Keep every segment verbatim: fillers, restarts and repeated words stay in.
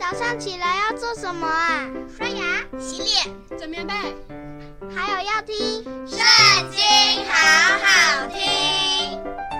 早上起来要做什么啊？ 刷牙、洗脸、 整棉被， 还有要听《 圣经》，好好听。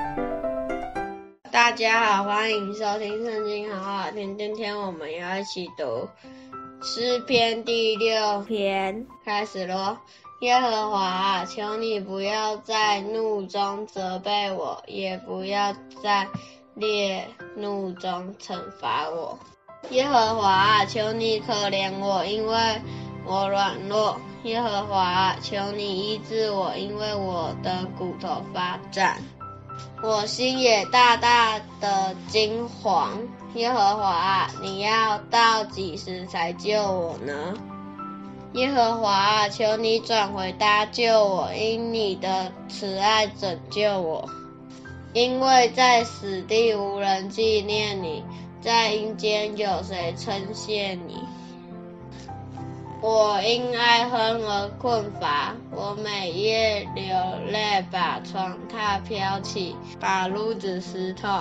大家好，欢迎收听《圣经》，好好听。今天我们要一起读诗篇第六篇，开始咯。耶和华啊，求你不要在怒中责备我，也不要在烈怒中惩罚我。耶和华啊，求你可怜我，因为我软弱。耶和华啊，求你医治我，因为我的骨头发战，我心也大大的惊惶。耶和华啊，你要到几时才救我呢？耶和华啊，求你转回搭救我，因你的慈爱拯救我。因为在死地无人纪念你，在阴间有谁称谢你？我因爱恨而困乏，我每夜流泪，把床榻飘起，把褥子湿透。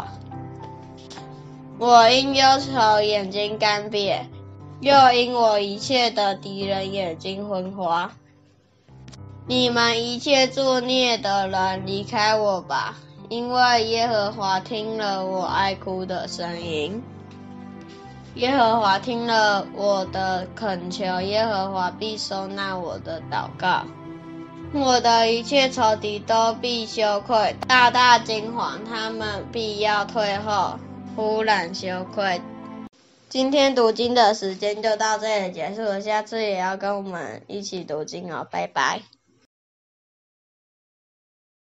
我因忧愁眼睛干瘪，又因我一切的敌人眼睛昏花。你们一切作孽的人，离开我吧，因为耶和华听了我哀哭的声音。耶和华听了我的恳求，耶和华必收纳我的祷告。我的一切仇敌都必羞愧，大大惊惶，他们必要退后，忽然羞愧。今天读经的时间就到这里结束了，下次也要跟我们一起读经哦，拜拜。